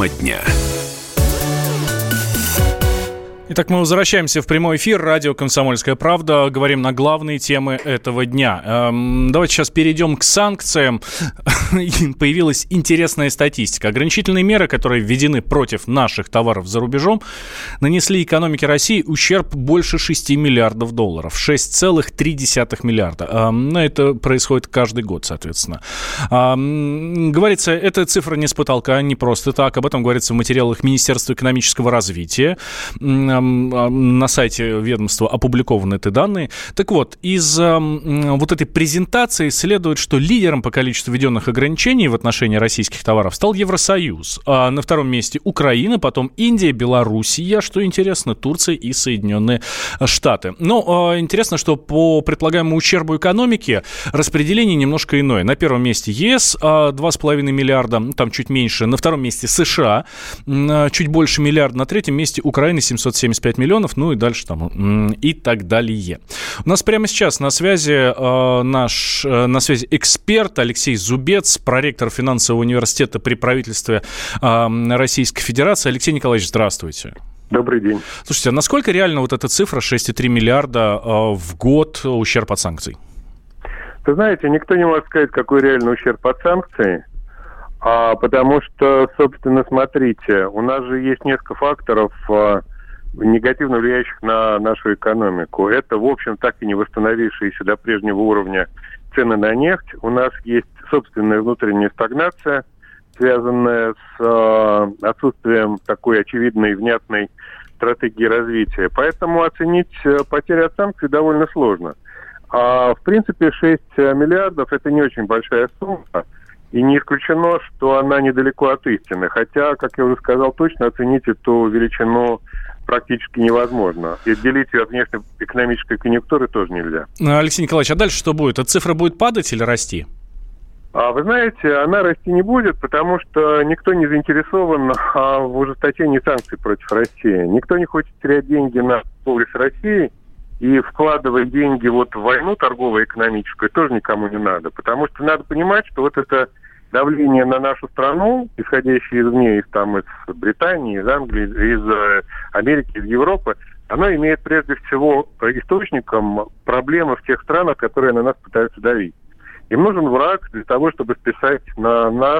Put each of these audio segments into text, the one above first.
Тема дня. Итак, мы возвращаемся в прямой эфир. Радио «Комсомольская правда». Говорим на главные темы этого дня. Давайте сейчас перейдем к санкциям. Появилась интересная статистика. Ограничительные меры, которые введены против наших товаров за рубежом, нанесли экономике России ущерб больше 6 миллиардов долларов. 6,3 миллиарда. Но это происходит каждый год, соответственно. Говорится, эта цифра не с потолка, не просто так. Об этом говорится в материалах Министерства экономического развития. На сайте ведомства опубликованы эти данные. Так вот, из вот этой презентации следует, что лидером по количеству введенных ограничений в отношении российских товаров стал Евросоюз. А на втором месте Украина, потом Индия, Белоруссия, что интересно, Турция и Соединенные Штаты. Но интересно, что по предполагаемому ущербу экономике распределение немножко иное. На первом месте ЕС 2,5 миллиарда, там чуть меньше. На втором месте США чуть больше миллиарда. На третьем месте Украина 775 миллионов, ну и дальше там и так далее. У нас прямо сейчас на связи на связи эксперт Алексей Зубец, проректор финансового университета при правительстве Российской Федерации. Алексей Николаевич, здравствуйте. Добрый день. Слушайте, а насколько реально вот эта цифра 6,3 миллиарда в год ущерб от санкций? Вы знаете, никто не может сказать, какой реальный ущерб от санкций, потому что, собственно, смотрите, у нас же есть несколько факторов, негативно влияющих на нашу экономику. Это, в общем, так и не восстановившиеся до прежнего уровня цены на нефть. У нас есть собственная внутренняя стагнация, связанная с отсутствием такой очевидной и внятной стратегии развития. Поэтому оценить потери от санкций довольно сложно. В принципе, 6 миллиардов – это не очень большая сумма. И не исключено, что она недалеко от истины. Хотя, как я уже сказал, точно оценить эту величину практически невозможно. И отделить ее от внешнеэкономической конъюнктуры тоже нельзя. Алексей Николаевич, а дальше что будет? Эта цифра будет падать или расти? Вы знаете, она расти не будет, потому что никто не заинтересован в ужесточении санкций против России. Никто не хочет терять деньги на торговле с Россией, и вкладывать деньги вот в войну торгово-экономическую тоже никому не надо. Потому что надо понимать, что вот это давление на нашу страну, исходящее извне, из Британии, из Англии, из Америки, из Европы, оно имеет прежде всего источником проблемы в тех странах, которые на нас пытаются давить. Им нужен враг для того, чтобы списать на нас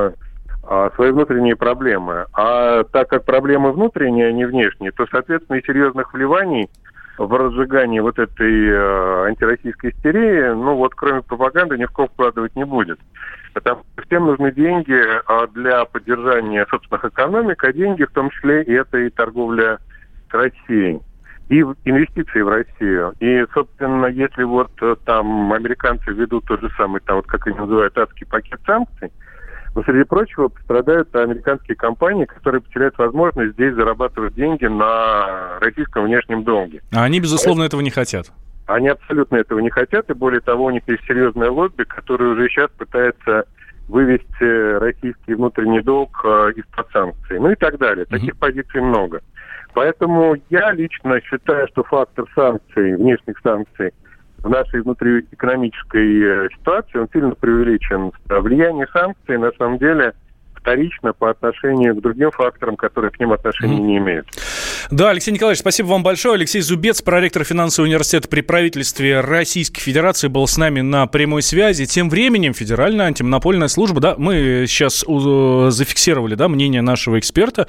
свои внутренние проблемы. А так как проблемы внутренние, а не внешние, то, соответственно, и серьезных вливаний в разжигании вот этой антироссийской истерии, кроме пропаганды, ни в кого вкладывать не будет. Потому что всем нужны деньги для поддержания собственных экономик, а деньги в том числе и это и торговля с Россией, и инвестиции в Россию. И, собственно, если там американцы ведут тот же самый, как они называют, адский пакет санкций, среди прочего пострадают американские компании, которые потеряют возможность здесь зарабатывать деньги на российском внешнем долге. А они, безусловно, этого не хотят. Они абсолютно этого не хотят, и более того, у них есть серьезное лобби, которое уже сейчас пытается вывести российский внутренний долг из-под санкций, и так далее. Таких позиций много. Поэтому я лично считаю, что фактор санкций, внешних санкций, в нашей внутриэкономической ситуации, он сильно преувеличен. Влияние санкций, на самом деле, вторично по отношению к другим факторам, которые к ним отношения не имеют. Да, Алексей Николаевич, спасибо вам большое. Алексей Зубец, проректор финансового университета при правительстве Российской Федерации, был с нами на прямой связи. Тем временем Федеральная антимонопольная служба, мы сейчас зафиксировали, мнение нашего эксперта,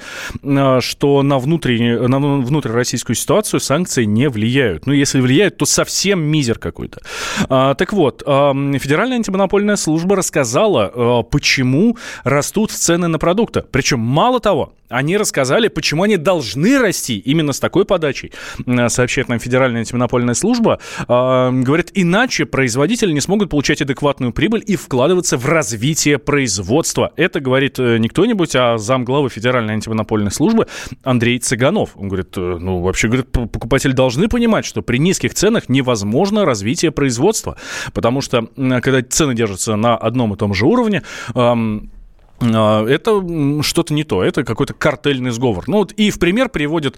что на внутрироссийскую ситуацию санкции не влияют. Если влияют, то совсем мизер какой-то. Так вот, Федеральная антимонопольная служба рассказала, почему растут цены на продукты. Причем, мало того, они рассказали, почему они должны расти именно с такой подачей, сообщает нам Федеральная антимонопольная служба. Говорит, иначе производители не смогут получать адекватную прибыль и вкладываться в развитие производства. Это говорит не кто-нибудь, а замглавы Федеральной антимонопольной службы Андрей Цыганов. Он говорит, покупатели должны понимать, что при низких ценах невозможно развитие производства, потому что когда цены держатся на одном и том же уровне, это что-то не то, это какой-то картельный сговор. Ну вот и в пример приводит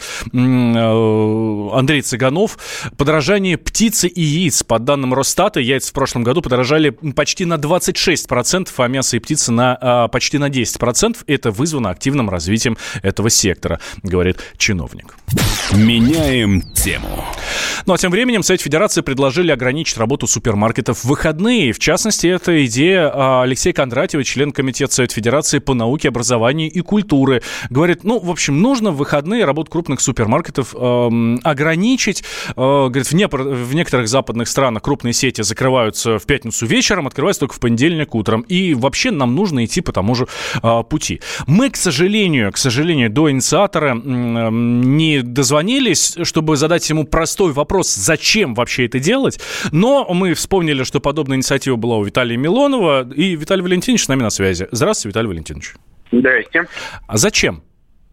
Андрей Цыганов. Подорожание птицы и яиц. По данным Росстата, яйца в прошлом году подорожали почти на 26%, а мясо и птица почти на 10%. Это вызвано активным развитием этого сектора, говорит чиновник. Меняем тему. Ну а тем временем Совет Федерации предложили ограничить работу супермаркетов в выходные. В частности, это идея Алексея Кондратьева, член комитета Совета Федерации по науке, образованию и культуре. Говорит, в общем, нужно в выходные работу крупных супермаркетов ограничить. Говорит, в некоторых западных странах крупные сети закрываются в пятницу вечером, открываются только в понедельник утром. И вообще нам нужно идти по тому же пути. Мы, к сожалению, до инициатора не дозвонились, чтобы задать ему простой вопрос, зачем вообще это делать. Но мы вспомнили, что подобная инициатива была у Виталия Милонова. И Виталий Валентинович с нами на связи. Здравствуйте, Виталий Валентинович. Здрасте. А зачем?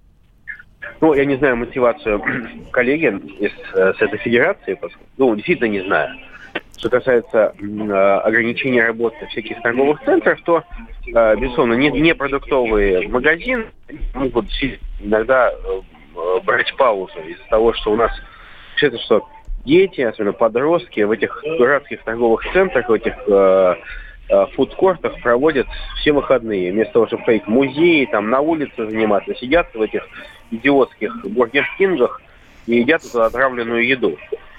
Я не знаю мотивацию коллеги с этой федерации. Действительно не знаю. Что касается ограничения работы всяких торговых центров, то, безусловно, не продуктовые магазины могут иногда брать паузу из-за того, что у нас что дети, особенно подростки, в этих дурацких торговых центрах, в этих фудкортах проводят все выходные. Вместо того, чтобы ходить в музеи, там на улице заниматься, сидят в этих идиотских бургер-кингах и едят эту отравленную еду.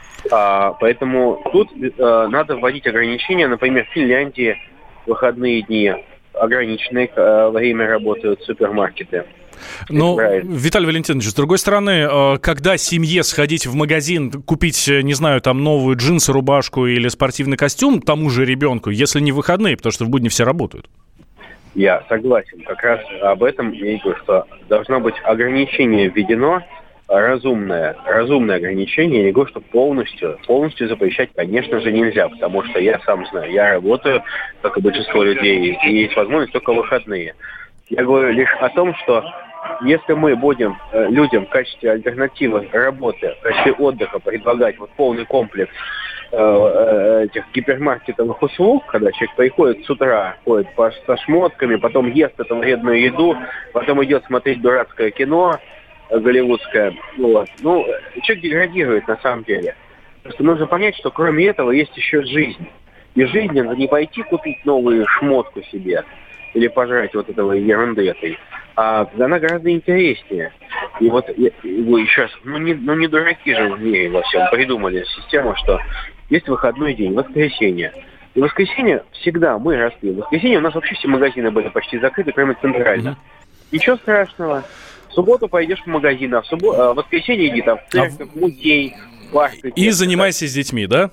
Поэтому тут надо вводить ограничения. Например, в Финляндии в выходные дни ограниченное время работают супермаркеты. Виталий Валентинович, с другой стороны, когда семье сходить в магазин, купить, не знаю, там новую джинсы, рубашку или спортивный костюм тому же ребенку, если не в выходные, потому что в будни все работают? Я согласен. Как раз об этом я и говорю, что должно быть ограничение введено, разумное ограничение. Я не говорю, что полностью запрещать, конечно же, нельзя, потому что я сам знаю, я работаю, как и большинство людей, и есть возможность только в выходные. Я говорю лишь о том, что если мы будем людям в качестве альтернативы работы, в качестве отдыха предлагать полный комплекс этих гипермаркетовых услуг, когда человек приходит с утра, ходит со шмотками, потом ест эту вредную еду, потом идет смотреть дурацкое кино голливудское, человек деградирует на самом деле. Просто нужно понять, что кроме этого есть еще жизнь. И жизнь — это не пойти купить новую шмотку себе или пожрать этого ерунды этой, а она гораздо интереснее. И еще раз, не дураки же в мире во всем придумали систему, что есть выходной день, воскресенье. И в воскресенье всегда мы росли. В воскресенье у нас вообще все магазины были почти закрыты, кроме центрального. Ничего страшного. В субботу пойдешь в магазин, а в воскресенье иди там в церковь, в музей, в парк. И занимайся с детьми, да?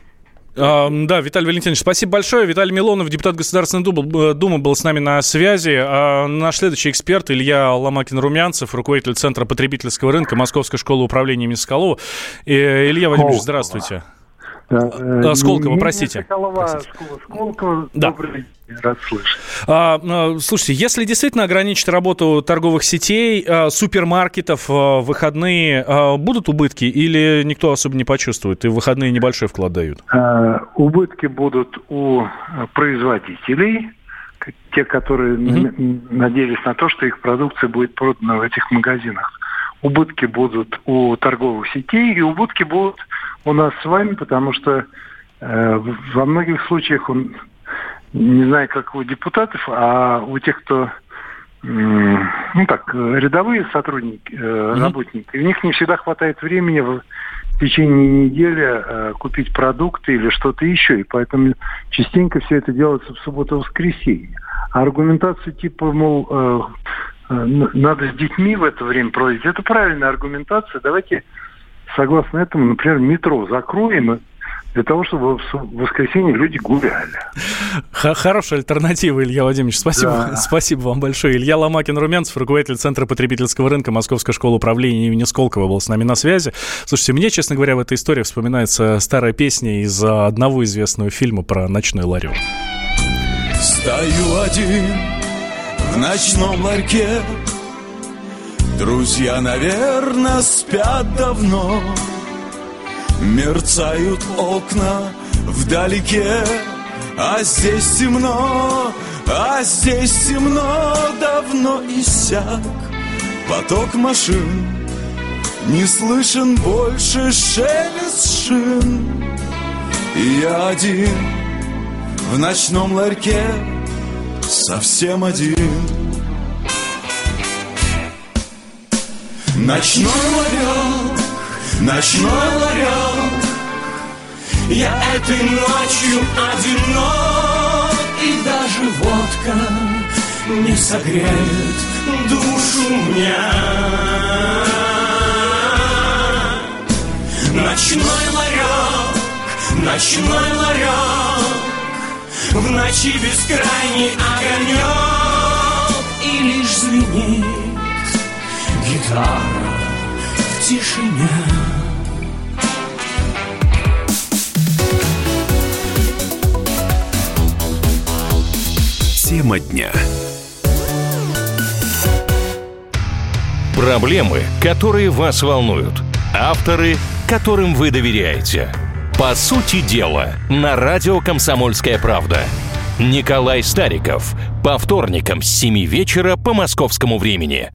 Да, Виталий Валентинович, спасибо большое. Виталий Милонов, депутат Государственной Думы, был с нами на связи. Наш следующий эксперт Илья Ломакин-Румянцев, руководитель Центра потребительского рынка Московской школы управления имени Соколова. Илья Владимирович, здравствуйте. Сколково, простите. Сколково, да. Добрый день, рад слышать. Слушайте, если действительно ограничить работу торговых сетей, супермаркетов в выходные, будут убытки или никто особо не почувствует, и в выходные небольшой вклад дают? Убытки будут у производителей, те, которые надеялись на то, что их продукция будет продана в этих магазинах. Убытки будут у торговых сетей, и убытки будут у нас с вами, потому что во многих случаях, не знаю, как у депутатов, а у тех, кто, рядовые сотрудники, работники, у них не всегда хватает времени в течение недели купить продукты или что-то еще, и поэтому частенько все это делается в субботу-воскресенье. А аргументацию типа, мол, надо с детьми в это время проводить, это правильная аргументация. Давайте, согласно этому, например, метро закроем для того, чтобы в воскресенье люди гуляли. Хорошая альтернатива, Илья Владимирович. Спасибо, да. Спасибо вам большое. Илья Ломакин-Румянцев, руководитель Центра потребительского рынка Московской школы управления имени Сколково, был с нами на связи. Слушайте, мне, честно говоря, в этой истории вспоминается старая песня из одного известного фильма про ночной ларек. Стою один в ночном ларьке, друзья, наверное, спят давно. Мерцают окна вдалеке, а здесь темно, давно иссяк поток машин. Не слышен больше шелест шин. И я один в ночном ларьке, совсем один. Ночной ларек, я этой ночью одинок, и даже водка не согреет душу меня. Ночной ларек, в ночи бескрайний огонек, и лишь звенит гитара в тишине. Тема дня. Проблемы, которые вас волнуют. Авторы, которым вы доверяете. По сути дела, на радио «Комсомольская правда». Николай Стариков. По вторникам с 7 вечера по московскому времени.